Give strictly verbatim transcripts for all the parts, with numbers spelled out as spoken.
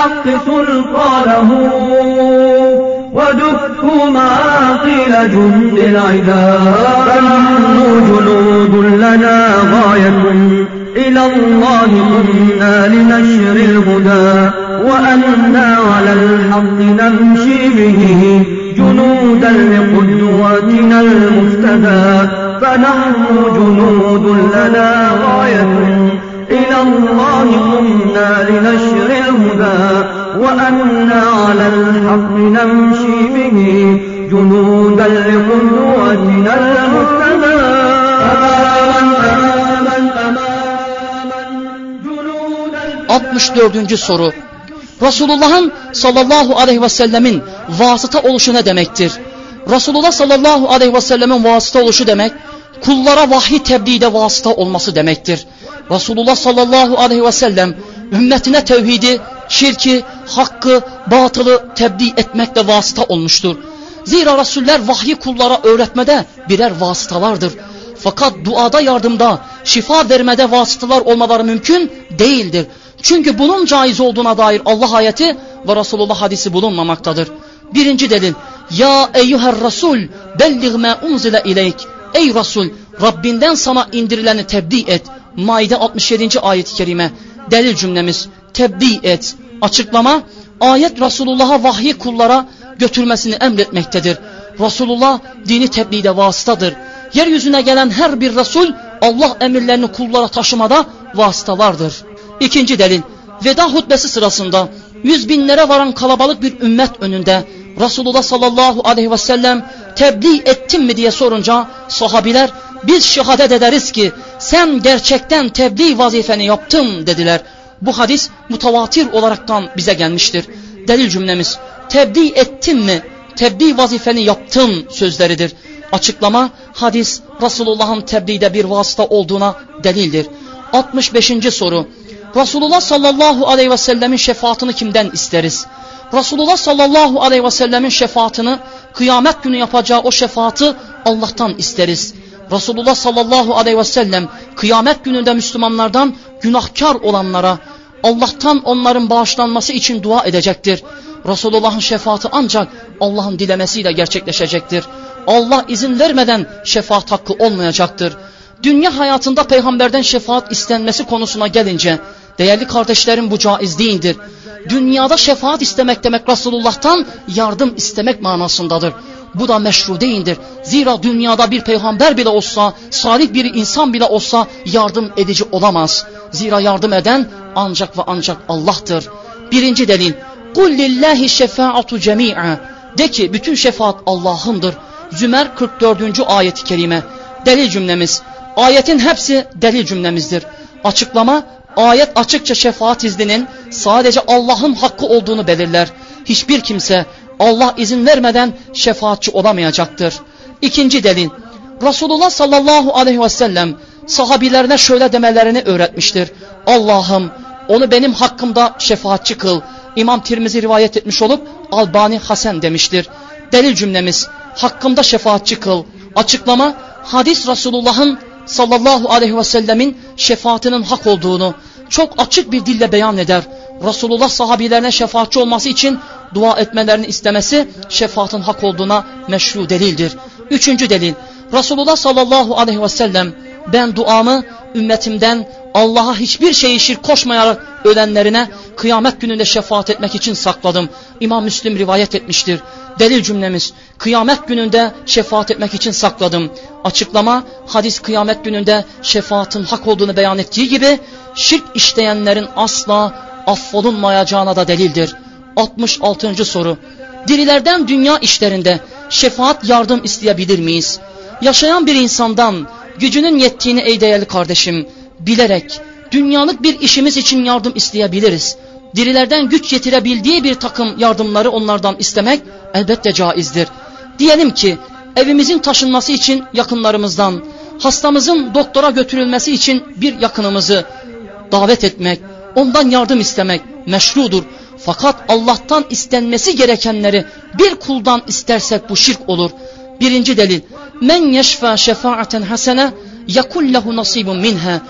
الحق سلطانه ودكوا معاقل جند العداء فنحن جنود لنا غاية إلى الله كنا لنشر الهدى وأنا على الحق نمشي به جنودا لقدواتنا المفتدى فنحن جنود لنا غاية إلى الله كنا لنشر الهدى وأنا على الحق نمشي به جنودا لقدواتنا المفتدى altmış dördüncü soru. Resulullah'ın sallallahu aleyhi ve sellemin vasıta oluşu ne demektir? Resulullah sallallahu aleyhi ve sellemin vasıta oluşu demek, kullara vahiy tebliğde vasıta olması demektir. Resulullah sallallahu aleyhi ve sellem ümmetine tevhidi, şirki, hakkı, batılı tebliğ etmekle vasıta olmuştur. Zira Resuller vahyi kullara öğretmede birer vasıtalardır. Fakat duada, yardımda, şifa vermede vasıtalar olmaları mümkün değildir. Çünkü bunun caiz olduğuna dair Allah ayeti ve Resulullah hadisi bulunmamaktadır. Birinci delil. Ya eyyuher Resul belliğ ma unzile ileyk. Ey Resul, Rabbinden sana indirileni tebliğ et. Maide altmış yedinci ayet-i kerime. Delil cümlemiz tebliğ et. Açıklama, ayet Resulullah'a vahyi kullara götürmesini emretmektedir. Resulullah dini tebliğde vasıtadır. Yeryüzüne gelen her bir Resul Allah emirlerini kullara taşımada vasıtalardır. İkinci delil. Veda hutbesi sırasında yüz binlere varan kalabalık bir ümmet önünde Resulullah sallallahu aleyhi ve sellem tebliğ ettin mi diye sorunca sahabiler biz şehadet ederiz ki sen gerçekten tebliğ vazifeni yaptın dediler. Bu hadis mutavatir olaraktan bize gelmiştir. Delil cümlemiz tebliğ ettin mi, tebliğ vazifeni yaptın sözleridir. Açıklama, hadis Resulullah'ın tebliğde bir vasıta olduğuna delildir. altmış beşinci soru. Resulullah sallallahu aleyhi ve sellemin şefaatini kimden isteriz? Resulullah sallallahu aleyhi ve sellemin şefaatini, kıyamet günü yapacağı o şefaati Allah'tan isteriz. Resulullah sallallahu aleyhi ve sellem kıyamet gününde Müslümanlardan günahkar olanlara Allah'tan onların bağışlanması için dua edecektir. Resulullah'ın şefaati ancak Allah'ın dilemesiyle gerçekleşecektir. Allah izin vermeden şefaat hakkı olmayacaktır. Dünya hayatında peygamberden şefaat istenmesi konusuna gelince, değerli kardeşlerim, bu caiz değildir. Dünyada şefaat istemek demek Resulullah'tan yardım istemek manasındadır. Bu da meşru değildir. Zira dünyada bir peygamber bile olsa, salih bir insan bile olsa yardım edici olamaz. Zira yardım eden ancak ve ancak Allah'tır. Birinci delil. Kul lillahi şefaatu cemi'a. De ki bütün şefaat Allah'ındır. Zümer kırk dördüncü ayet-i kerime. Delil cümlemiz. Ayetin hepsi delil cümlemizdir. Açıklama, ayet açıkça şefaat izninin sadece Allah'ın hakkı olduğunu belirler. Hiçbir kimse Allah izin vermeden şefaatçi olamayacaktır. İkinci delil. Resulullah sallallahu aleyhi ve sellem sahabilerine şöyle demelerini öğretmiştir. Allah'ım onu benim hakkımda şefaatçi kıl. İmam Tirmizi rivayet etmiş olup Albani Hasan demiştir. Delil cümlemiz hakkımda şefaatçi kıl. Açıklama, hadis Resulullah'ın sallallahu aleyhi ve sellemin şefaatinin hak olduğunu çok açık bir dille beyan eder. Resulullah sahabilerine şefaatçi olması için dua etmelerini istemesi şefaatin hak olduğuna meşru delildir. Üçüncü delil. Resulullah sallallahu aleyhi ve sellem ben duamı ümmetimden Allah'a hiçbir şeyi şirk koşmayarak ölenlerine kıyamet gününde şefaat etmek için sakladım. İmam Müslim rivayet etmiştir. Delil cümlemiz kıyamet gününde şefaat etmek için sakladım. Açıklama, hadis kıyamet gününde şefaatin hak olduğunu beyan ettiği gibi şirk işleyenlerin asla affolunmayacağına da delildir. altmış altıncı soru. Dirilerden dünya işlerinde şefaat yardım isteyebilir miyiz? Yaşayan bir insandan gücünün yettiğini ey değerli kardeşim bilerek dünyalık bir işimiz için yardım isteyebiliriz. Dirilerden güç yetirebildiği bir takım yardımları onlardan istemek elbette caizdir. Diyelim ki evimizin taşınması için yakınlarımızdan, hastamızın doktora götürülmesi için bir yakınımızı davet etmek, ondan yardım istemek meşrudur. Fakat Allah'tan istenmesi gerekenleri bir kuldan istersek bu şirk olur. Birinci delil. Men yeşfa şefaaten hasene yekul lehu nasibun minha.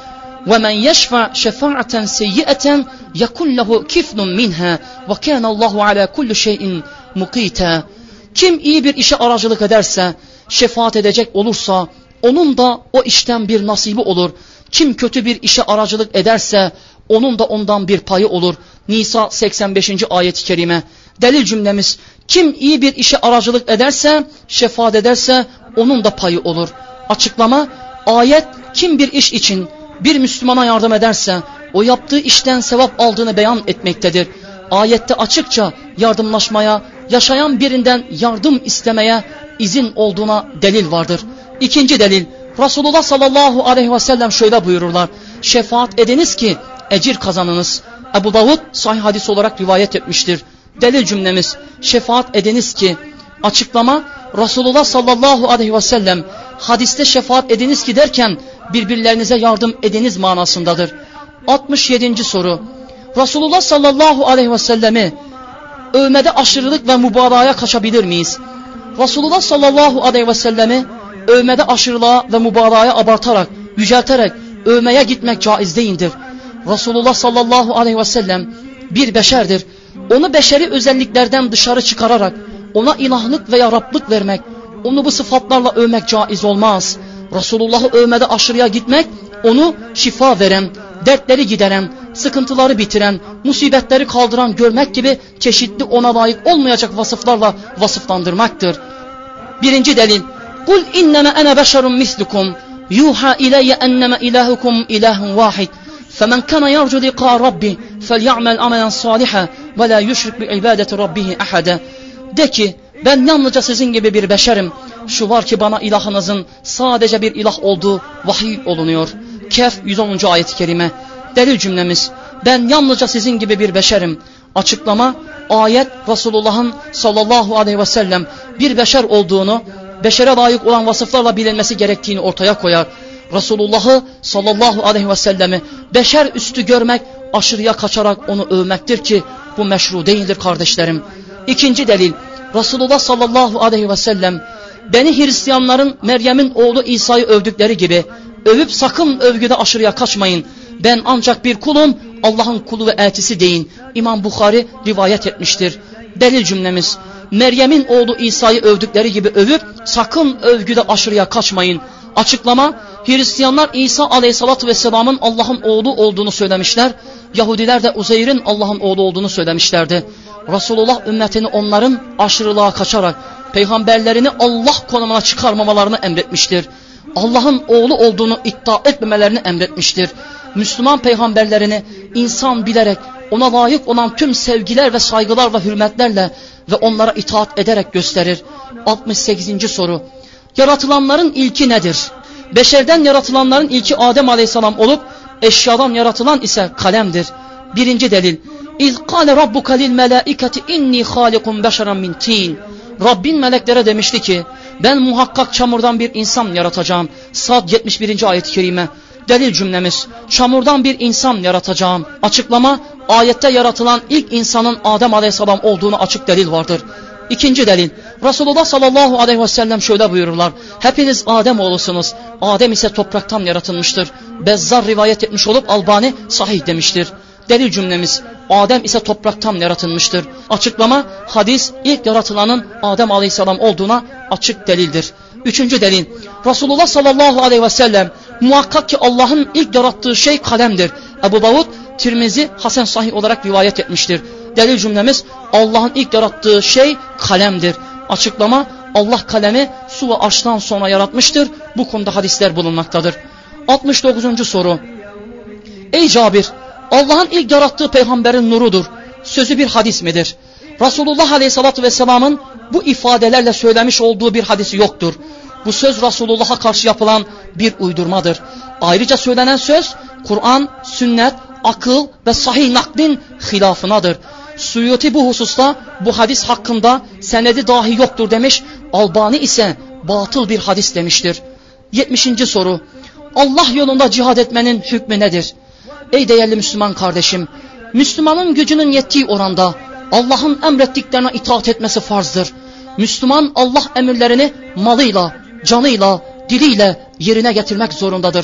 وَمَنْ يَشْفَعْ شَفَاعَةً سَيِّئَةً يَكُنْ لَهُ كِفْلٌ مِنْهَا وَكَانَ اللّٰهُ عَلَى كُلِّ شَيْءٍ مُقِيتًا. Kim iyi bir işe aracılık ederse, şefaat edecek olursa, onun da o işten bir nasibi olur. Kim kötü bir işe aracılık ederse, onun da ondan bir payı olur. Nisa seksen beşinci ayet-i kerime. Delil cümlemiz, kim iyi bir işe aracılık ederse, şefaat ederse, onun da payı olur. Açıklama, ayet kim bir iş için bir Müslümana yardım ederse, o yaptığı işten sevap aldığını beyan etmektedir. Ayette açıkça yardımlaşmaya, yaşayan birinden yardım istemeye izin olduğuna delil vardır. İkinci delil, Resulullah sallallahu aleyhi ve sellem şöyle buyururlar. Şefaat ediniz ki ecir kazanınız. Ebu Davud sahih hadis olarak rivayet etmiştir. Delil cümlemiz, şefaat ediniz ki. Açıklama, Resulullah sallallahu aleyhi ve sellem hadiste şefaat ediniz ki derken birbirlerinize yardım ediniz manasındadır. altmış yedinci soru. Resulullah sallallahu aleyhi ve sellemi övmede aşırılık ve mübalağaya kaçabilir miyiz? Resulullah sallallahu aleyhi ve sellemi övmede aşırılığa ve mübalağaya abartarak, yücelterek övmeye gitmek caiz değildir. Resulullah sallallahu aleyhi ve sellem bir beşerdir. Onu beşeri özelliklerden dışarı çıkararak ona ilahlık veya Rablık vermek, onu bu sıfatlarla övmek caiz olmaz. Resulullah'ı övmede aşırıya gitmek, onu şifa veren, dertleri gideren, sıkıntıları bitiren, musibetleri kaldıran görmek gibi çeşitli ona layık olmayacak vasıflarla vasıflandırmaktır. Birinci delil, قُلْ اِنَّمَا اَنَا بَشَرٌ مِثْلُكُمْ يُوحَى اِلَيَّ اَنَّمَا اِلَٰهُكُمْ اِلَٰهٌ وَاحِدٌ فَمَنْ كَانَ يَرْجُو لِقَاءَ رَبِّهِ فَلْيَعْمَلْ عَمَلًا صَالِحًا وَلَا يُشْرِكْ بِعِبَادَةِ رَبِّهِ أَحَدًا. De ki, ben yalnızca sizin gibi bir beşerim. Şu var ki bana ilahınızın sadece bir ilah olduğu vahiy olunuyor. Kehf yüz onuncu ayet-i kerime. Delil cümlemiz, ben yalnızca sizin gibi bir beşerim. Açıklama, ayet Resulullah'ın sallallahu aleyhi ve sellem bir beşer olduğunu, beşere layık olan vasıflarla bilinmesi gerektiğini ortaya koyar. Resulullah'ı sallallahu aleyhi ve sellemi beşer üstü görmek, aşırıya kaçarak onu övmektir ki bu meşru değildir kardeşlerim. İkinci delil, Resulullah sallallahu aleyhi ve sellem beni Hristiyanların Meryem'in oğlu İsa'yı övdükleri gibi övüp sakın övgüde aşırıya kaçmayın. Ben ancak bir kulum, Allah'ın kulu ve elçisi deyin. İmam Bukhari rivayet etmiştir. Delil cümlemiz, Meryem'in oğlu İsa'yı övdükleri gibi övüp sakın övgüde aşırıya kaçmayın. Açıklama, Hristiyanlar İsa aleyhissalatü vesselamın Allah'ın oğlu olduğunu söylemişler. Yahudiler de Uzeyr'in Allah'ın oğlu olduğunu söylemişlerdi. Resulullah ümmetini onların aşırılığa kaçarak peygamberlerini Allah konumuna çıkarmamalarını emretmiştir. Allah'ın oğlu olduğunu iddia etmemelerini emretmiştir. Müslüman peygamberlerini insan bilerek ona layık olan tüm sevgiler ve saygılar ve hürmetlerle ve onlara itaat ederek gösterir. altmış sekizinci soru. Yaratılanların ilki nedir? Beşerden yaratılanların ilki Adem aleyhisselam olup eşyadan yaratılan ise kalemdir. Birinci delil. İz kâle rabbuka lil melâiketi inni hâlikun beşeren min tin. Rabbin meleklere demişti ki ben muhakkak çamurdan bir insan yaratacağım. Sad yetmiş birinci ayet-i kerime. Delil cümlemiz, çamurdan bir insan yaratacağım. Açıklama, ayette yaratılan ilk insanın Adem aleyhisselam olduğunu açık delil vardır. İkinci delil, Resulullah sallallahu aleyhi ve sellem şöyle buyururlar. Hepiniz Adem oğlusunuz. Adem ise topraktan yaratılmıştır. Bezzar rivayet etmiş olup Albani sahih demiştir. Delil cümlemiz, Adem ise topraktan yaratılmıştır. Açıklama, hadis ilk yaratılanın Adem aleyhisselam olduğuna açık delildir. Üçüncü delil, Resulullah sallallahu aleyhi ve sellem muhakkak ki Allah'ın ilk yarattığı şey kalemdir. Ebu Davud, Tirmizi Hasan sahih olarak rivayet etmiştir. Delil cümlemiz, Allah'ın ilk yarattığı şey kalemdir. Açıklama, Allah kalemi su ve arştan sonra yaratmıştır. Bu konuda hadisler bulunmaktadır. altmış dokuzuncu soru. Ey Cabir, Allah'ın ilk yarattığı peygamberin nurudur. Sözü bir hadis midir? Resulullah aleyhissalatü vesselamın bu ifadelerle söylemiş olduğu bir hadisi yoktur. Bu söz Resulullah'a karşı yapılan bir uydurmadır. Ayrıca söylenen söz Kur'an, sünnet, akıl ve sahih naklin hilafınadır. Suyuti bu hususta bu hadis hakkında senedi dahi yoktur demiş. Albani ise batıl bir hadis demiştir. yetmişinci soru. Allah yolunda cihad etmenin hükmü nedir? Ey değerli Müslüman kardeşim, Müslümanın gücünün yettiği oranda Allah'ın emrettiklerine itaat etmesi farzdır. Müslüman Allah emirlerini malıyla, canıyla, diliyle yerine getirmek zorundadır.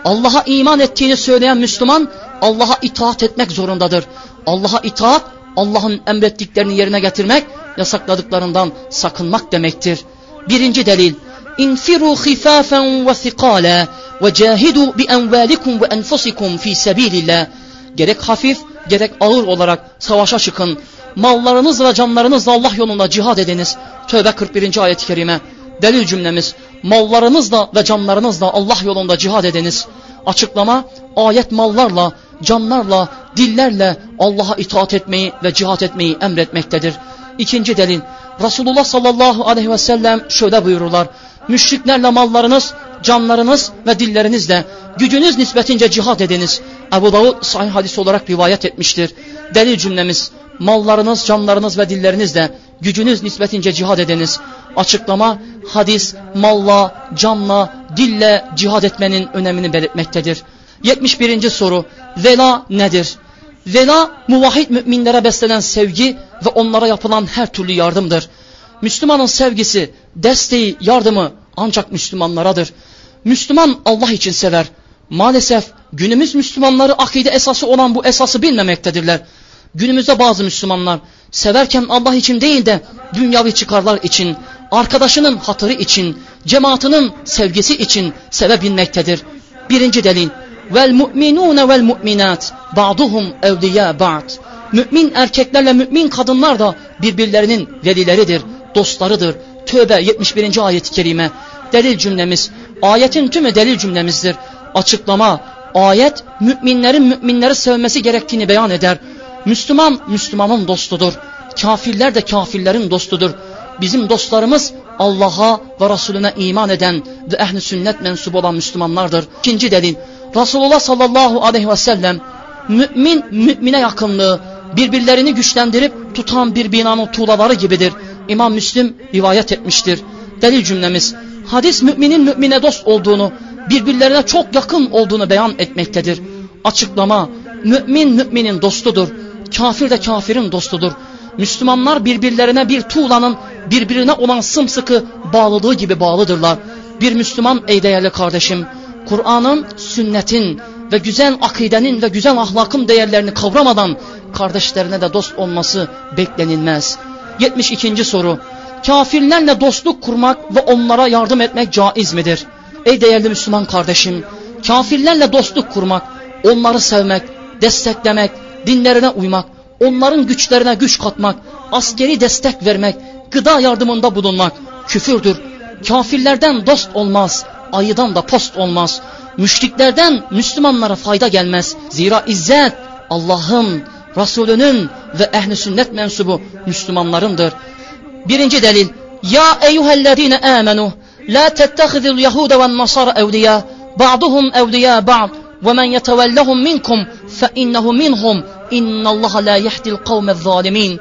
Allah'a iman ettiğini söyleyen Müslüman Allah'a itaat etmek zorundadır. Allah'a itaat, Allah'ın emrettiklerini yerine getirmek, yasakladıklarından sakınmak demektir. Birinci delil: İnfiru khifafen ve thikala ve cahidu bi envalikum ve enfusikum fi sabilillah. Gerek hafif, gerek ağır olarak savaşa çıkın. Mallarınızla, canlarınızla Allah yolunda cihad ediniz. Tövbe kırk birinci ayet-i kerime. Delil cümlemiz: mallarınızla ve canlarınızla Allah yolunda cihad ediniz. Açıklama: ayet mallarla, canlarla, dillerle Allah'a itaat etmeyi ve cihad etmeyi emretmektedir. İkinci delil: Resulullah sallallahu aleyhi ve sellem şöyle buyururlar: müşriklerle mallarınız, canlarınız ve dillerinizle gücünüz nispetince cihad ediniz. Ebu Davud sahih hadis olarak rivayet etmiştir. Delil cümlemiz: mallarınız, canlarınız ve dillerinizle gücünüz nispetince cihad ediniz. Açıklama: hadis malla, canla, dille cihad etmenin önemini belirtmektedir. yetmiş birinci soru: vela nedir? Vela, muvahhid müminlere beslenen sevgi ve onlara yapılan her türlü yardımdır. Müslümanın sevgisi, desteği, yardımı ancak Müslümanlaradır. Müslüman Allah için sever. Maalesef günümüz Müslümanları akide esası olan bu esası bilmemektedirler. Günümüzde bazı Müslümanlar severken Allah için değil de dünyavi çıkarlar için, arkadaşının hatırı için, cemaatinin sevgisi için sevebilmektedir. Birinci delil: vel mu'minun vel mu'minat ba'duhum evliya ba'd. Mümin erkeklerle mümin kadınlar da birbirlerinin velileridir, dostlarıdır. Tövbe yetmiş birinci ayet-i kerime. Delil cümlemiz: ayetin tümü delil cümlemizdir. Açıklama: ayet müminlerin müminleri sevmesi gerektiğini beyan eder. Müslüman Müslümanın dostudur. Kafirler de kafirlerin dostudur. Bizim dostlarımız Allah'a ve Resulüne iman eden ve ehl-i sünnet mensubu olan Müslümanlardır. İkinci delil: Resulullah sallallahu aleyhi ve sellem mümin mümine yakınlığı birbirlerini güçlendirip tutan bir binanın tuğlaları gibidir. İmam Müslim rivayet etmiştir. Delil cümlemiz: hadis müminin mümine dost olduğunu, birbirlerine çok yakın olduğunu beyan etmektedir. Açıklama: mümin müminin dostudur. Kafir de kafirin dostudur. Müslümanlar birbirlerine bir tuğlanın birbirine olan sımsıkı bağlılığı gibi bağlıdırlar. Bir Müslüman ey değerli kardeşim, Kur'an'ın, sünnetin ve güzel akidenin ve güzel ahlakın değerlerini kavramadan kardeşlerine de dost olması beklenilmez. yetmiş ikinci soru: kafirlerle dostluk kurmak ve onlara yardım etmek caiz midir? Ey değerli Müslüman kardeşim, kafirlerle dostluk kurmak, onları sevmek, desteklemek, dinlerine uymak, onların güçlerine güç katmak, askeri destek vermek, gıda yardımında bulunmak küfürdür. Kafirlerden dost olmaz, ayıdan da post olmaz. Müşriklerden Müslümanlara fayda gelmez. Zira izzet Allah'ın, Resulünün ve ehl-i sünnet mensubu Müslümanlarındır. Birinci delil: ya eyyühellezine amenu la tettehidul yehude ven nasara evliya ba'duhum evliya ba'd ve men yetevellahum minkum fe innehu minhum innallaha la yehdil kavmez zalimin.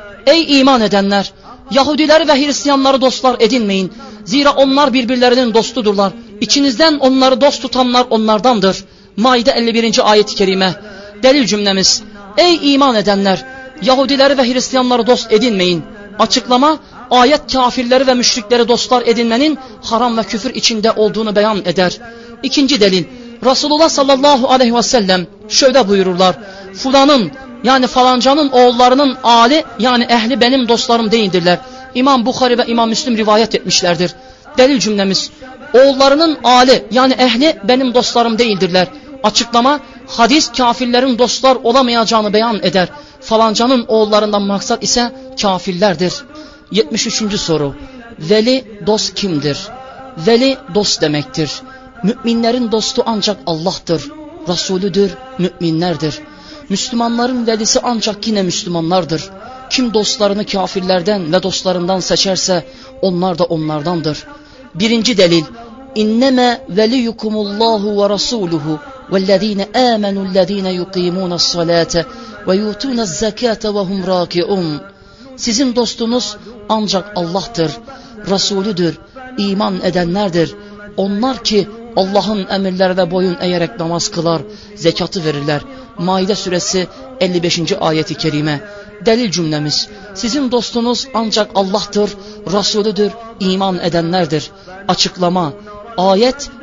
Ey iman edenler! Yahudileri ve Hristiyanları dostlar edinmeyin. Zira onlar birbirlerinin dostudurlar. İçinizden onları dost tutanlar onlardandır. Maide elli birinci ayet-i kerime. Delil cümlemiz: ey iman edenler! Yahudileri ve Hristiyanları dost edinmeyin. Açıklama: ayet kafirleri ve müşrikleri dostlar edinmenin haram ve küfür içinde olduğunu beyan eder. İkinci delil: Resulullah sallallahu aleyhi ve sellem şöyle buyururlar: fulanın yani falancanın oğullarının âli yani ehli benim dostlarım değildirler. İmam Bukhari ve İmam Müslim rivayet etmişlerdir. Delil cümlemiz: oğullarının âli yani ehli benim dostlarım değildirler. Açıklama: hadis kafirlerin dostlar olamayacağını beyan eder. Falancanın oğullarından maksat ise kafirlerdir. yetmiş üçüncü soru: veli dost kimdir? Veli dost demektir. Müminlerin dostu ancak Allah'tır, Resulüdür, müminlerdir. Müslümanların velisi ancak yine Müslümanlardır. Kim dostlarını kafirlerden ve dostlarından seçerse onlar da onlardandır. Birinci delil: İnneme veliyukumullahu ve rasuluhu vellezine amenu'llezine yuqimuna's-salate ve yutuna's-zakate ve hum rakiun. Sizin dostunuz ancak Allah'tır, Resulüdür, iman edenlerdir. Onlar ki Allah'ın emirlerine boyun eğerek namaz kılar, zekatı verirler. Maide suresi elli beşinci ayeti kerime. Delil cümlemiz: sizin dostunuz ancak Allah'tır, Resulüdür, iman edenlerdir. Açıklama: ayet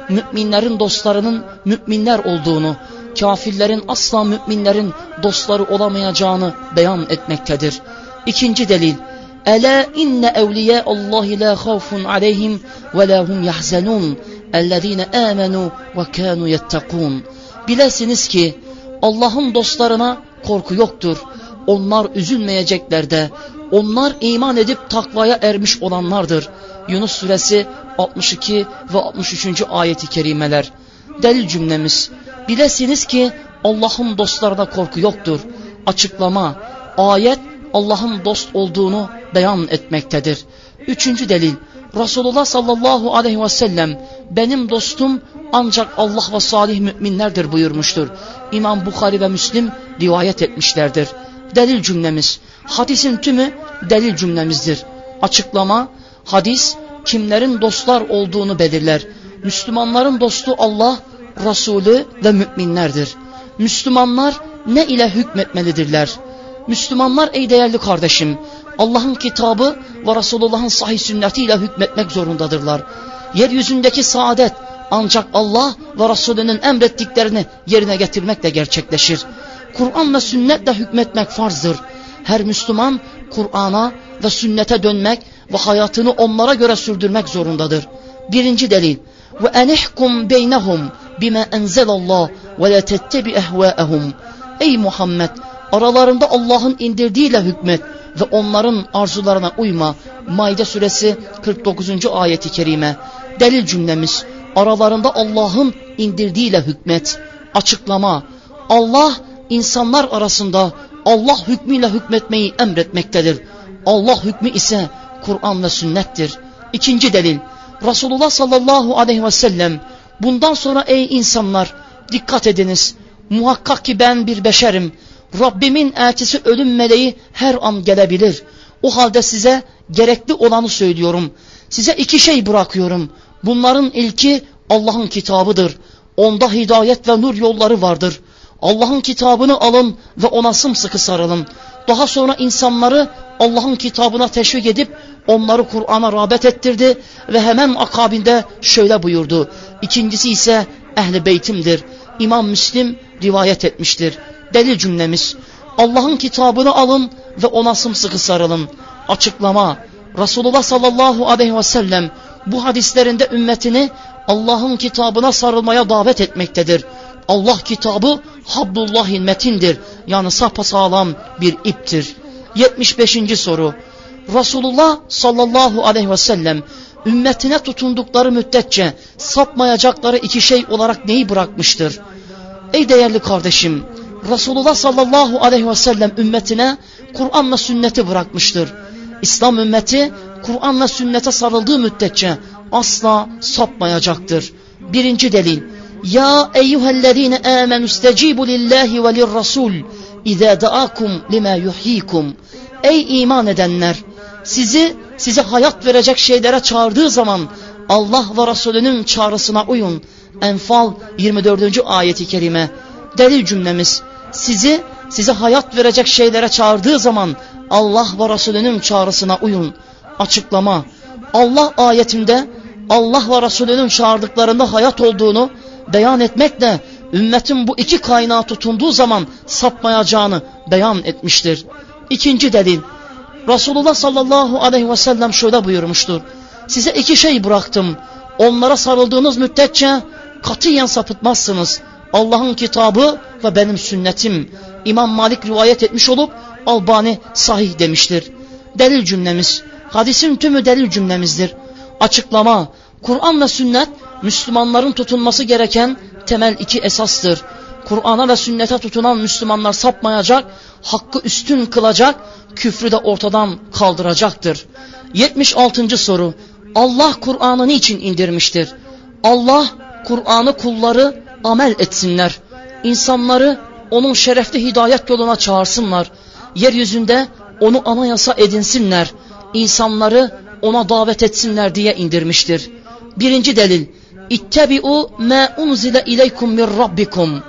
müminlerin dostlarının müminler olduğunu, kafirlerin asla müminlerin dostları olamayacağını beyan etmektedir. İkinci delil, Ela inne evliya Allahi la khawfun aleyhim ve la hum yahzanun ellezine amenu ve kanu yettakun. Bilesiniz ki Allah'ın dostlarına korku yoktur. Onlar üzülmeyecekler de, onlar iman edip takvaya ermiş olanlardır. Yunus suresi altmış iki ve altmış üçüncü ayeti kerimeler. Delil cümlemiz, bilesiniz ki Allah'ın dostlarına korku yoktur. Açıklama, ayet Allah'ın dost olduğunu beyan etmektedir. Üçüncü delil, Resulullah sallallahu aleyhi ve sellem benim dostum ancak Allah ve salih müminlerdir buyurmuştur. İmam Bukhari ve Müslim rivayet etmişlerdir. Delil cümlemiz, hadisin tümü delil cümlemizdir. Açıklama, hadis kimlerin dostlar olduğunu belirler. Müslümanların dostu Allah, Resulü ve müminlerdir. Müslümanlar ne ile hükmetmelidirler? Müslümanlar ey değerli kardeşim, Allah'ın kitabı ve Resulullah'ın sahih sünnetiyle hükmetmek zorundadırlar. Yeryüzündeki saadet ancak Allah ve Resulünün emrettiklerini yerine getirmekle gerçekleşir. Kur'an ve sünnetle hükmetmek farzdır. Her Müslüman Kur'an'a ve sünnete dönmek ve hayatını onlara göre sürdürmek zorundadır. Birinci delil, ve enihkum beynehum bima enzelallah ve la tettebi ehvaehum. Ey Muhammed, aralarında Allah'ın indirdiğiyle hükmet ve onların arzularına uyma. Maide suresi kırk dokuzuncu ayeti kerime. Delil cümlemiz, aralarında Allah'ın indirdiğiyle hükmet. Açıklama, Allah insanlar arasında Allah hükmüyle hükmetmeyi emretmektedir. Allah hükmü ise Kur'an ve sünnettir. İkinci delil, Resulullah sallallahu aleyhi ve sellem bundan sonra ey insanlar dikkat ediniz, muhakkak ki ben bir beşerim, Rabbimin elçisi ölüm meleği her an gelebilir. O halde size gerekli olanı söylüyorum. Size iki şey bırakıyorum. Bunların ilki Allah'ın kitabıdır. Onda hidayet ve nur yolları vardır. Allah'ın kitabını alın ve ona sımsıkı sarılın. Daha sonra insanları Allah'ın kitabına teşvik edip onları Kur'an'a rağbet ettirdi ve hemen akabinde şöyle buyurdu. İkincisi ise Ehl-i Beytimdir. İmam Müslim rivayet etmiştir. Delil cümlemiz, Allah'ın kitabını alın ve ona sımsıkı sarılın. Açıklama, Resulullah sallallahu aleyhi ve sellem bu hadislerinde ümmetini Allah'ın kitabına sarılmaya davet etmektedir. Allah kitabı Habdullahil Metin'dir. Yani sapasağlam bir iptir. yetmiş beşinci soru. Resulullah sallallahu aleyhi ve sellem ümmetine tutundukları müddetçe sapmayacakları iki şey olarak neyi bırakmıştır? Ey değerli kardeşim, Resulullah sallallahu aleyhi ve sellem ümmetine Kur'an ve sünneti bırakmıştır. İslam ümmeti Kur'an ve sünnete sarıldığı müddetçe asla sapmayacaktır. Birinci delil, Ya eyyühellezine amenü istecibu lillahi ve lirrasul izâ da'akum lima yuhyikum. Ey iman edenler, sizi size hayat verecek şeylere çağırdığı zaman Allah ve Resulünün çağrısına uyun. Enfal yirmi dördüncü ayeti kerime. Delil cümlemiz, sizi size hayat verecek şeylere çağırdığı zaman Allah ve Resulünün çağrısına uyun. Açıklama, Allah ayetinde Allah ve Resulünün çağırdıklarında hayat olduğunu beyan etmekle ümmetin bu iki kaynağa tutunduğu zaman sapmayacağını beyan etmiştir. İkinci delil, Resulullah sallallahu aleyhi ve sellem şöyle buyurmuştur. Size iki şey bıraktım. Onlara sarıldığınız müddetçe katiyen sapıtmazsınız. Allah'ın kitabı ve benim sünnetim. İmam Malik rivayet etmiş olup Albani sahih demiştir. Delil cümlemiz, hadisin tümü delil cümlemizdir. Açıklama, Kur'an ve sünnet Müslümanların tutunması gereken temel iki esastır. Kur'an'a ve sünnete tutunan Müslümanlar sapmayacak, hakkı üstün kılacak, küfrü de ortadan kaldıracaktır. yetmiş altıncı soru. Allah Kur'an'ı niçin indirmiştir? Allah Kur'an'ı kulları amel etsinler. İnsanları onun şerefli hidayet yoluna çağırsınlar. Yeryüzünde onu anayasa edinsinler. İnsanları ona davet etsinler diye indirmiştir. Birinci delil, İttebi'u ma unzile ileykum min rabbikum.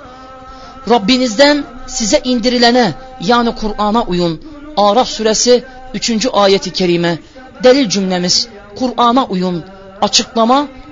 Rabbinizden size indirilene yani Kur'an'a uyun. Araf suresi üçüncü ayeti kerime. Delil cümlemiz, Kur'an'a uyun. Açıklama,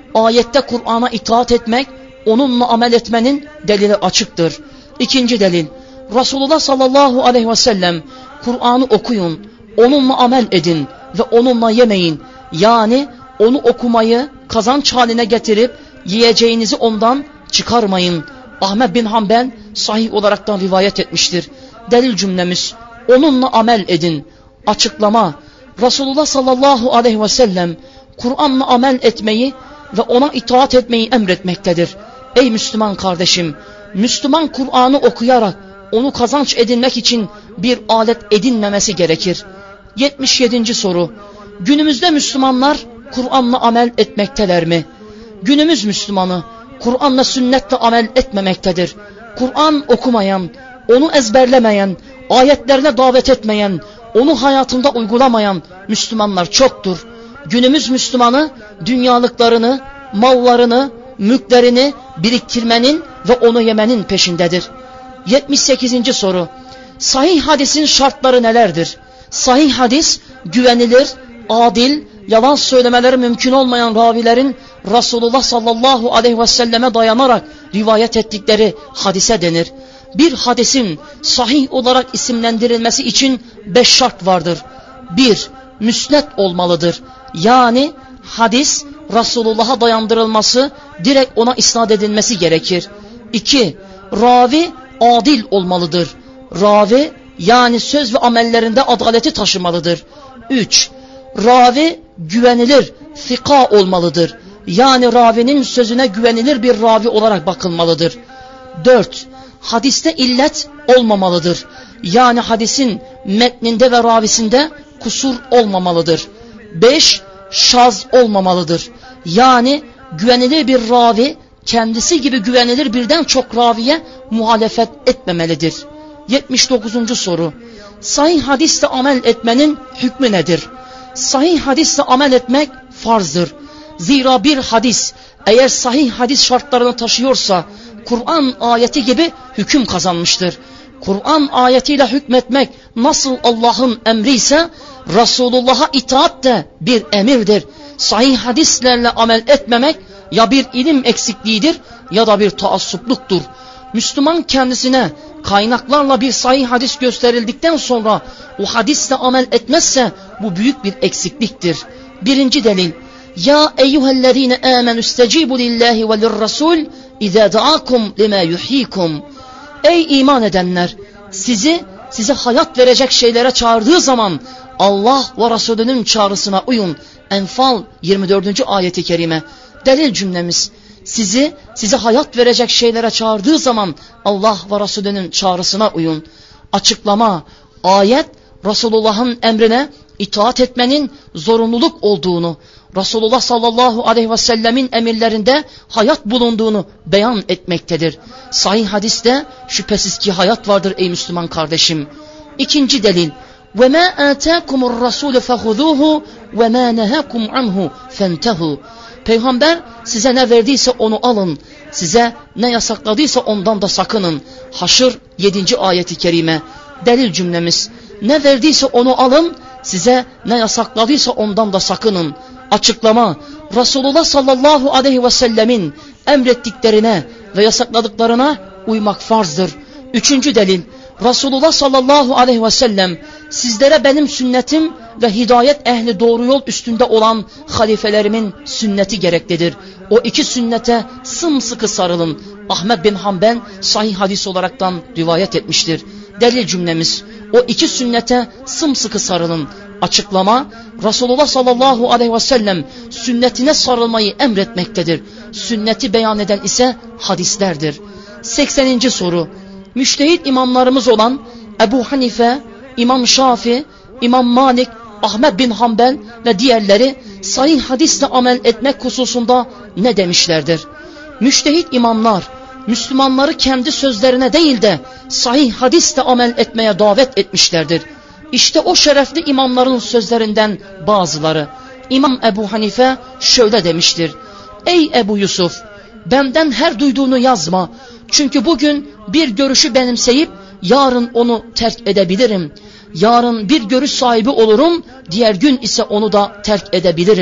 ayette Kur'an'a itaat etmek, onunla amel etmenin delili açıktır. İkinci delil, Resulullah sallallahu aleyhi ve sellem Kur'an'ı okuyun, onunla amel edin ve onunla yemeyin. Yani onu okumayı kazanç haline getirip yiyeceğinizi ondan çıkarmayın. Ahmed bin Hanbel sahih olaraktan rivayet etmiştir. Delil cümlemiz, onunla amel edin. Açıklama, Resulullah sallallahu aleyhi ve sellem Kur'an'la amel etmeyi ve ona itaat etmeyi emretmektedir. Ey Müslüman kardeşim, Müslüman Kur'an'ı okuyarak onu kazanç edinmek için bir alet edinmemesi gerekir. yetmiş yedinci soru, günümüzde Müslümanlar Kur'an'la amel etmekteler mi? Günümüz Müslümanı Kur'an'la sünnetle amel etmemektedir. Kur'an okumayan, onu ezberlemeyen, ayetlerine davet etmeyen, onu hayatında uygulamayan Müslümanlar çoktur. Günümüz Müslümanı dünyalıklarını, mallarını, mülklerini biriktirmenin ve onu yemenin peşindedir. yetmiş sekizinci soru, sahih hadisin şartları nelerdir? Sahih hadis, güvenilir, adil, yalan söylemeleri mümkün olmayan ravilerin Resulullah sallallahu aleyhi ve selleme dayanarak rivayet ettikleri hadise denir. Bir hadisin sahih olarak isimlendirilmesi için beş şart vardır. Bir, müsnet olmalıdır. Yani hadis Resulullah'a dayandırılması, direkt ona isnat edilmesi gerekir. İki, ravi adil olmalıdır. Ravi yani söz ve amellerinde adaleti taşımalıdır. Üç, ravi güvenilir, fika olmalıdır. Yani ravinin sözüne güvenilir bir ravi olarak bakılmalıdır. Dört, hadiste illet olmamalıdır. Yani hadisin metninde ve ravisinde kusur olmamalıdır. Beş, şaz olmamalıdır. Yani güvenilir bir ravi kendisi gibi güvenilir birden çok raviye muhalefet etmemelidir. yetmiş dokuzuncu soru, sahih hadisle amel etmenin hükmü nedir? Sahih hadisle amel etmek farzdır. Zira bir hadis eğer sahih hadis şartlarını taşıyorsa Kur'an ayeti gibi hüküm kazanmıştır. Kur'an ayetiyle hükmetmek nasıl Allah'ın emri ise Resulullah'a itaat de bir emirdir. Sahih hadislerle amel etmemek ya bir ilim eksikliğidir ya da bir taassupluktur. Müslüman kendisine kaynaklarla bir sahih hadis gösterildikten sonra o hadisle amel etmezse bu büyük bir eksikliktir. Birinci delil, ya eyyühellezine amenü istecibu lillahi ve lirrasul izâ da'akum lima yuhyikum. Ey iman edenler, sizi size hayat verecek şeylere çağırdığı zaman Allah ve Resulünün çağrısına uyun. Enfal yirmi dördüncü ayeti kerime. Delil cümlemiz, sizi size hayat verecek şeylere çağırdığı zaman Allah ve Resulünün çağrısına uyun. Açıklama, ayet Resulullah'ın emrine itaat etmenin zorunluluk olduğunu, Resulullah sallallahu aleyhi ve sellemin emirlerinde hayat bulunduğunu beyan etmektedir. Sahih hadiste şüphesiz ki hayat vardır ey Müslüman kardeşim. İkinci delil, وَمَا آتَاكُمُ الرَّسُولُ فَخُذُوهُ وَمَا نَهَاكُمْ عَنْهُ فَانْتَهُوا. Peygamber size ne verdiyse onu alın, size ne yasakladıysa ondan da sakının. Haşr yedinci ayeti kerime. Delil cümlemiz, ne verdiyse onu alın, size ne yasakladıysa ondan da sakının. Açıklama, Resulullah sallallahu aleyhi ve sellemin emrettiklerine ve yasakladıklarına uymak farzdır. Üçüncü delil, Resulullah sallallahu aleyhi ve sellem sizlere benim sünnetim ve hidayet ehli doğru yol üstünde olan halifelerimin sünneti gereklidir. O iki sünnete sımsıkı sarılın. Ahmed bin Hanbel sahih hadis olaraktan rivayet etmiştir. Delil cümlemiz, o iki sünnete sımsıkı sarılın. Açıklama, Resulullah sallallahu aleyhi ve sellem sünnetine sarılmayı emretmektedir. Sünneti beyan eden ise hadislerdir. sekseninci soru, müştehit imamlarımız olan Ebu Hanife, İmam Şafi, İmam Malik, Ahmed bin Hanbel ve diğerleri sahih hadisle amel etmek hususunda ne demişlerdir? Müştehit imamlar Müslümanları kendi sözlerine değil de sahih hadisle amel etmeye davet etmişlerdir. İşte o şerefli imamların sözlerinden bazıları. İmam Ebu Hanife şöyle demiştir: Ey Ebu Yusuf, benden her duyduğunu yazma. Çünkü bugün bir görüşü benimseyip yarın onu terk edebilirim. Yarın bir görüş sahibi olurum, diğer gün ise onu da terk edebilirim.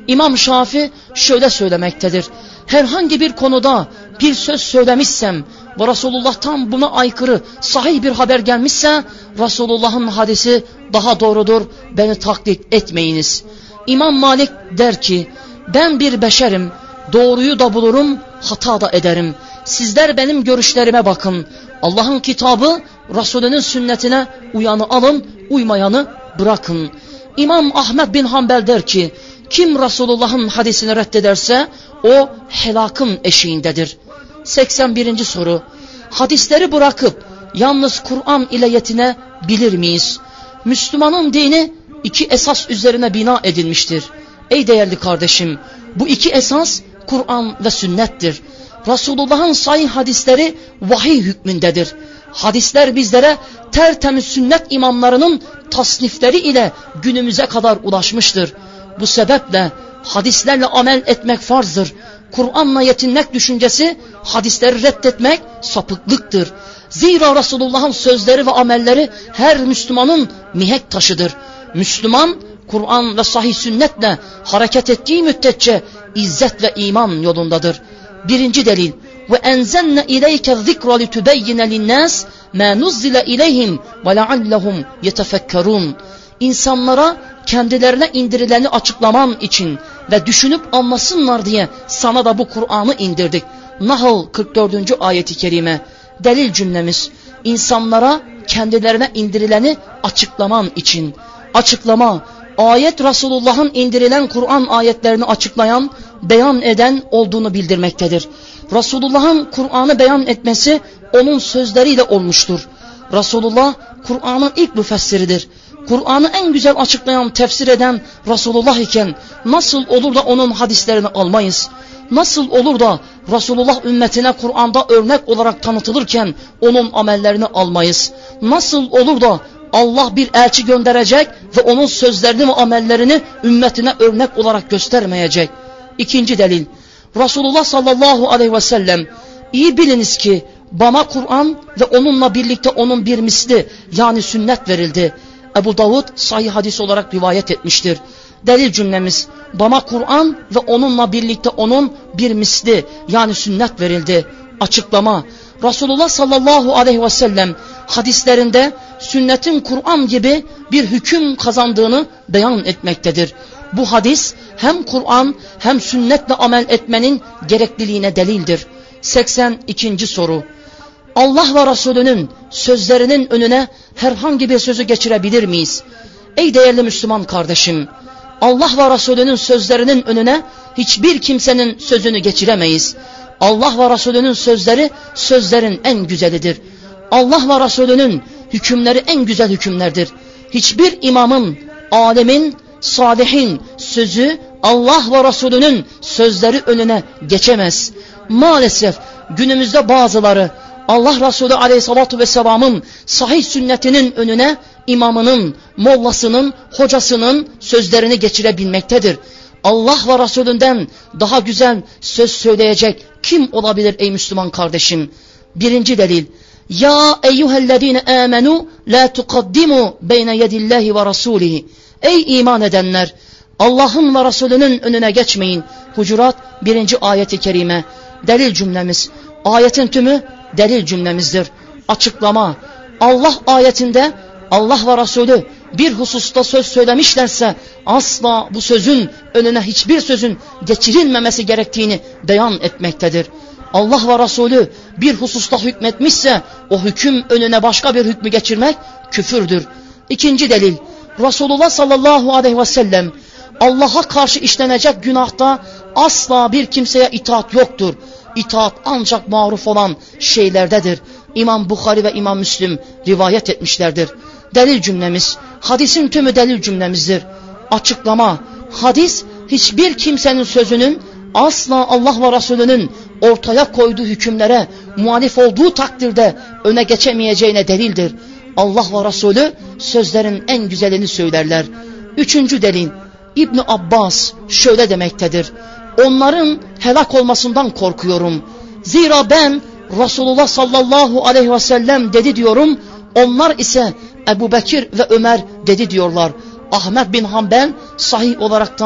İmam Şafii şöyle söylemektedir. Herhangi bir konuda bir söz söylemişsem ve Resulullah'tan buna aykırı sahih bir haber gelmişse Resulullah'ın hadisi daha doğrudur, beni taklit etmeyiniz. İmam Malik der ki, ben bir beşerim, doğruyu da bulurum, hata da ederim. Sizler benim görüşlerime bakın. Allah'ın kitabı, Resulünün sünnetine uyanı alın, uymayanı bırakın. İmam Ahmed bin Hanbel der ki, kim Resulullah'ın hadisini reddederse o helakın eşiğindedir. seksen birinci soru. Hadisleri bırakıp yalnız Kur'an ile yetinebilir miyiz? Müslümanın dini iki esas üzerine bina edilmiştir. Ey değerli kardeşim, bu iki esas Kur'an ve sünnettir. Resulullah'ın sahih hadisleri vahiy hükmündedir. Hadisler bizlere tertemiz sünnet imamlarının tasnifleri ile günümüze kadar ulaşmıştır. Bu sebeple hadislerle amel etmek farzdır. Kur'an'la yetinmek düşüncesi hadisleri reddetmek sapıklıktır. Zira Resulullah'ın sözleri ve amelleri her Müslümanın mihenk taşıdır. Müslüman Kur'an ve sahih sünnetle hareket ettiği müddetçe izzet ve iman yolundadır. Birinci delil. Ve enzenne ileyke zikra litubeyyine linnâs mâ nuzzile ileyhim ve leallehum yetefekkerûn. İnsanlara kendilerine indirileni açıklaman için ve düşünüp anlasınlar diye sana da bu Kur'an'ı indirdik. Nahl kırk dördüncü ayeti kerime. Delil cümlemiz, insanlara kendilerine indirileni açıklaman için. Açıklama, ayet Resulullah'ın indirilen Kur'an ayetlerini açıklayan, beyan eden olduğunu bildirmektedir. Resulullah'ın Kur'an'ı beyan etmesi onun sözleriyle olmuştur. Resulullah Kur'an'ın ilk müfessiridir. Kur'an'ı en güzel açıklayan, tefsir eden Resulullah iken nasıl olur da onun hadislerini almayız? Nasıl olur da Resulullah ümmetine Kur'an'da örnek olarak tanıtılırken onun amellerini almayız? Nasıl olur da Allah bir elçi gönderecek ve onun sözlerini ve amellerini ümmetine örnek olarak göstermeyecek? İkinci delil. Resulullah sallallahu aleyhi ve sellem, iyi biliniz ki bana Kur'an ve onunla birlikte onun bir misli yani sünnet verildi. Ebu Davud sahih hadis olarak rivayet etmiştir. Delil cümlemiz, bana Kur'an ve onunla birlikte onun bir misli yani sünnet verildi. Açıklama, Resulullah sallallahu aleyhi ve sellem hadislerinde sünnetin Kur'an gibi bir hüküm kazandığını beyan etmektedir. Bu hadis hem Kur'an hem sünnetle amel etmenin gerekliliğine delildir. seksen ikinci soru. Allah ve Resulünün sözlerinin önüne herhangi bir sözü geçirebilir miyiz? Ey değerli Müslüman kardeşim, Allah ve Resulünün sözlerinin önüne hiçbir kimsenin sözünü geçiremeyiz. Allah ve Resulünün sözleri sözlerin en güzelidir. Allah ve Resulünün hükümleri en güzel hükümlerdir. Hiçbir imamın, alemin, salihin sözü Allah ve Resulünün sözleri önüne geçemez. Maalesef günümüzde bazıları Allah Resulü aleyhissalatu vesselamın sahih sünnetinin önüne imamının, mollasının, hocasının sözlerini geçirebilmektedir. Allah ve Resulünden daha güzel söz söyleyecek kim olabilir ey Müslüman kardeşim? Birinci delil. Ya eyyühellezine amenu la tukaddimu beyne yedillahi ve rasulihi. Ey iman edenler, Allah'ın ve Resulünün önüne geçmeyin. Hucurat birinci ayeti kerime. Delil cümlemiz. Ayetin tümü delil cümlemizdir. Açıklama. Allah ayetinde Allah ve Resulü bir hususta söz söylemişlerse asla bu sözün önüne hiçbir sözün geçirilmemesi gerektiğini beyan etmektedir. Allah ve Resulü bir hususta hükmetmişse o hüküm önüne başka bir hükmü geçirmek küfürdür. İkinci delil. Resulullah sallallahu aleyhi ve sellem Allah'a karşı işlenecek günahta asla bir kimseye itaat yoktur. İtaat ancak maruf olan şeylerdedir. İmam Bukhari ve İmam Müslim rivayet etmişlerdir. Delil cümlemiz, hadisin tümü delil cümlemizdir. Açıklama, hadis hiçbir kimsenin sözünün asla Allah ve Resulünün ortaya koyduğu hükümlere muhalif olduğu takdirde öne geçemeyeceğine delildir. Allah ve Resulü sözlerin en güzelini söylerler. Üçüncü delil, İbn Abbas şöyle demektedir. Onların helak olmasından korkuyorum. Zira ben Resulullah sallallahu aleyhi ve sellem dedi diyorum. Onlar ise Ebu Bekir ve Ömer dedi diyorlar. Ahmet bin Hanbel sahih olaraktan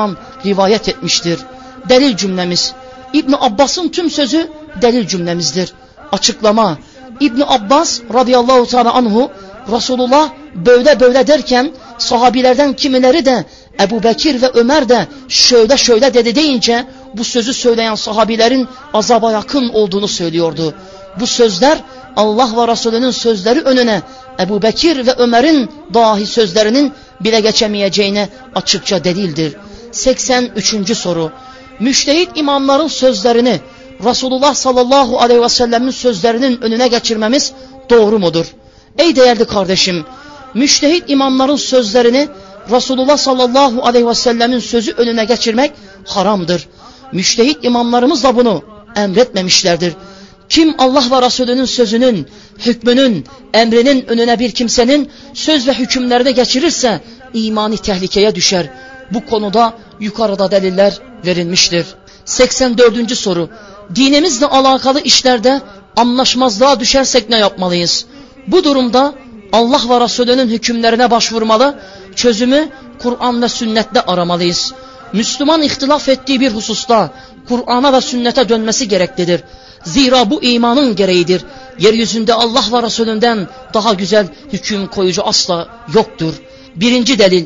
rivayet etmiştir. Delil cümlemiz. İbn Abbas'ın tüm sözü delil cümlemizdir. Açıklama. İbn Abbas radıyallahu teala anhu Resulullah böyle böyle derken sahabilerden kimileri de Ebu Bekir ve Ömer de şöyle şöyle dedi deyince bu sözü söyleyen sahabilerin azaba yakın olduğunu söylüyordu. Bu sözler Allah ve Resulünün sözleri önüne Ebu Bekir ve Ömer'in dahi sözlerinin bile geçemeyeceğine açıkça delildir. seksen üçüncü soru. Müştehit imamların sözlerini Resulullah sallallahu aleyhi ve sellemin sözlerinin önüne geçirmemiz doğru mudur? Ey değerli kardeşim, müştehit imamların sözlerini Resulullah sallallahu aleyhi ve sellemin sözü önüne geçirmek haramdır. Müştehit imamlarımız da bunu emretmemişlerdir. Kim Allah ve Resulünün sözünün, hükmünün, emrinin önüne bir kimsenin söz ve hükümlerini geçirirse imani tehlikeye düşer. Bu konuda yukarıda deliller verilmiştir. seksen dördüncü soru. Dinimizle alakalı işlerde anlaşmazlığa düşersek ne yapmalıyız? Bu durumda Allah ve Resulünün hükümlerine başvurmalı, çözümü Kur'an ve sünnette aramalıyız. Müslüman ihtilaf ettiği bir hususta Kur'an'a ve sünnete dönmesi gereklidir. Zira bu imanın gereğidir. Yeryüzünde Allah ve Resulünden daha güzel hüküm koyucu asla yoktur. Birinci delil.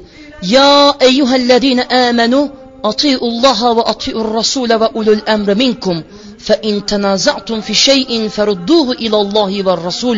Ya eyyühellezine amenu ati'ullaha ve ati'ur rasule ve ulul emre minkum fe in tenaza'tum fi şey'in ferudduhu ilallahi ve rasul.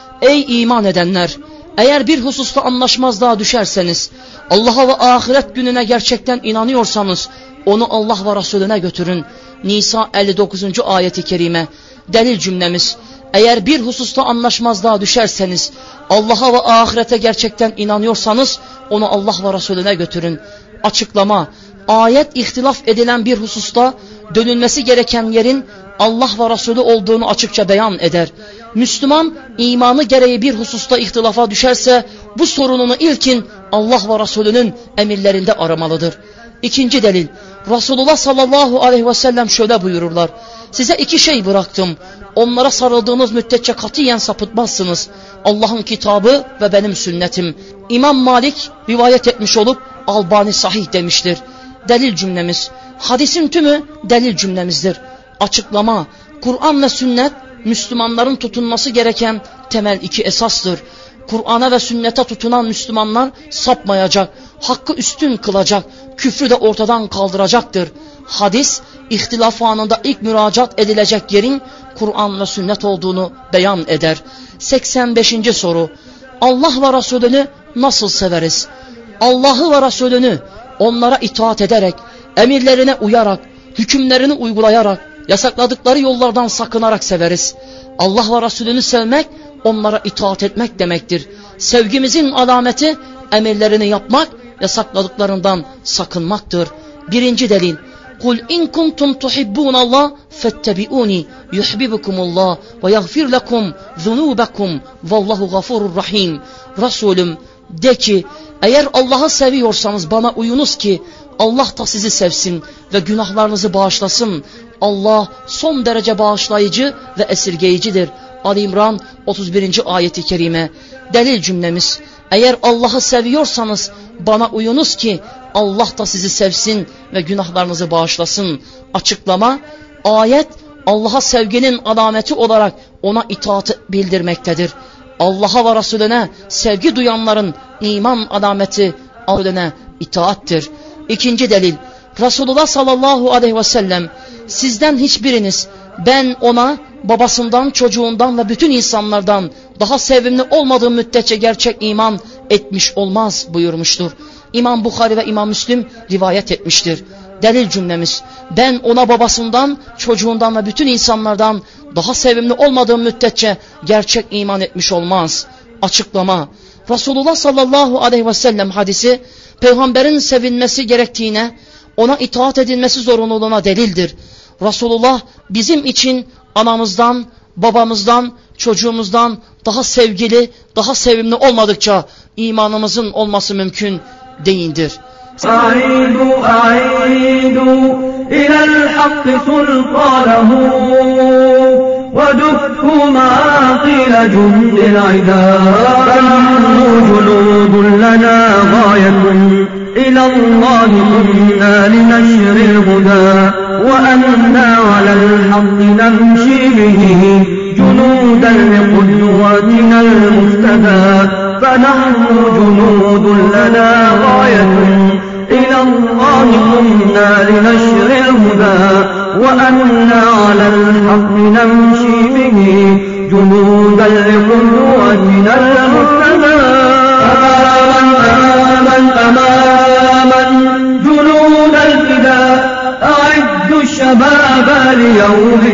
Ey iman edenler! Eğer bir hususta anlaşmazlığa düşerseniz, Allah'a ve ahiret gününe gerçekten inanıyorsanız, onu Allah ve Resulüne götürün. Nisa elli dokuzuncu ayeti kerime. Delil cümlemiz. Eğer bir hususta anlaşmazlığa düşerseniz, Allah'a ve ahirete gerçekten inanıyorsanız, onu Allah ve Resulüne götürün. Açıklama. Ayet ihtilaf edilen bir hususta dönülmesi gereken yerin Allah ve Resulü olduğunu açıkça beyan eder. Müslüman imanı gereği bir hususta ihtilafa düşerse bu sorununu ilkin Allah ve Resulünün emirlerinde aramalıdır. İkinci delil. Resulullah sallallahu aleyhi ve sellem şöyle buyururlar. Size iki şey bıraktım. Onlara sarıldığınız müddetçe katiyen sapıtmazsınız. Allah'ın kitabı ve benim sünnetim. İmam Malik rivayet etmiş olup Albani sahih demiştir. Delil cümlemiz. Hadisin tümü delil cümlemizdir. Açıklama. Kur'an ve sünnet Müslümanların tutunması gereken temel iki esastır. Kur'an'a ve sünnete tutunan Müslümanlar sapmayacak, hakkı üstün kılacak, küfrü de ortadan kaldıracaktır. Hadis, ihtilaf anında ilk müracaat edilecek yerin Kur'an ve sünnet olduğunu beyan eder. seksen beşinci soru. Allah ve Resulünü nasıl severiz? Allah'ı ve Resulünü onlara itaat ederek, emirlerine uyarak, hükümlerini uygulayarak, yasakladıkları yollardan sakınarak severiz. Allah ve Resulünü sevmek, onlara itaat etmek demektir. Sevgimizin alameti emirlerini yapmak, yasakladıklarından sakınmaktır. Birinci delil. Kul in kuntum tuhibbunallah fettebi'uni yuhibbukumullah ve yaghfir lekum zunubakum vallahu gafurur rahim. Resulüm de ki, eğer Allah'ı seviyorsanız bana uyunuz ki Allah da sizi sevsin ve günahlarınızı bağışlasın. Allah son derece bağışlayıcı ve esirgeyicidir. Ali İmran otuz birinci ayeti kerime. Delil cümlemiz. Eğer Allah'ı seviyorsanız bana uyunuz ki Allah da sizi sevsin ve günahlarınızı bağışlasın. Açıklama. Ayet Allah'a sevginin alameti olarak ona itaat bildirmektedir. Allah'a ve Resulüne sevgi duyanların iman alameti Resulüne itaattir. İkinci delil. Resulullah sallallahu aleyhi ve sellem sizden hiçbiriniz ben ona babasından, çocuğundan ve bütün insanlardan daha sevimli olmadığı müddetçe gerçek iman etmiş olmaz buyurmuştur. İmam Bukhari ve İmam Müslim rivayet etmiştir. Delil cümlemiz. Ben ona babasından, çocuğundan ve bütün insanlardan daha sevimli olmadığı müddetçe gerçek iman etmiş olmaz. Açıklama. Resulullah sallallahu aleyhi ve sellem hadisi peygamberin sevilmesi gerektiğine, ona itaat edilmesi zorunluluğuna delildir. Resulullah bizim için anamızdan, babamızdan, çocuğumuzdan daha sevgili, daha sevimli olmadıkça imanımızın olması mümkün değildir. أعيدوا أعيدوا إلى الحق سلطانه ودكوا معاقل جند العدا فنحن جنود لنا غاية إلى الله كنا لنشر الهدى وأنا على الحق نمشي به جنودا لقدواتنا المفتدى فنحن جنود لنا غاية إلى الله كنا لنشر الهدى وأنا على الحق نمشي به جنودا لقدواتنا المفتدى أماما أماما جنود الفداء أعدوا الشباب ليوم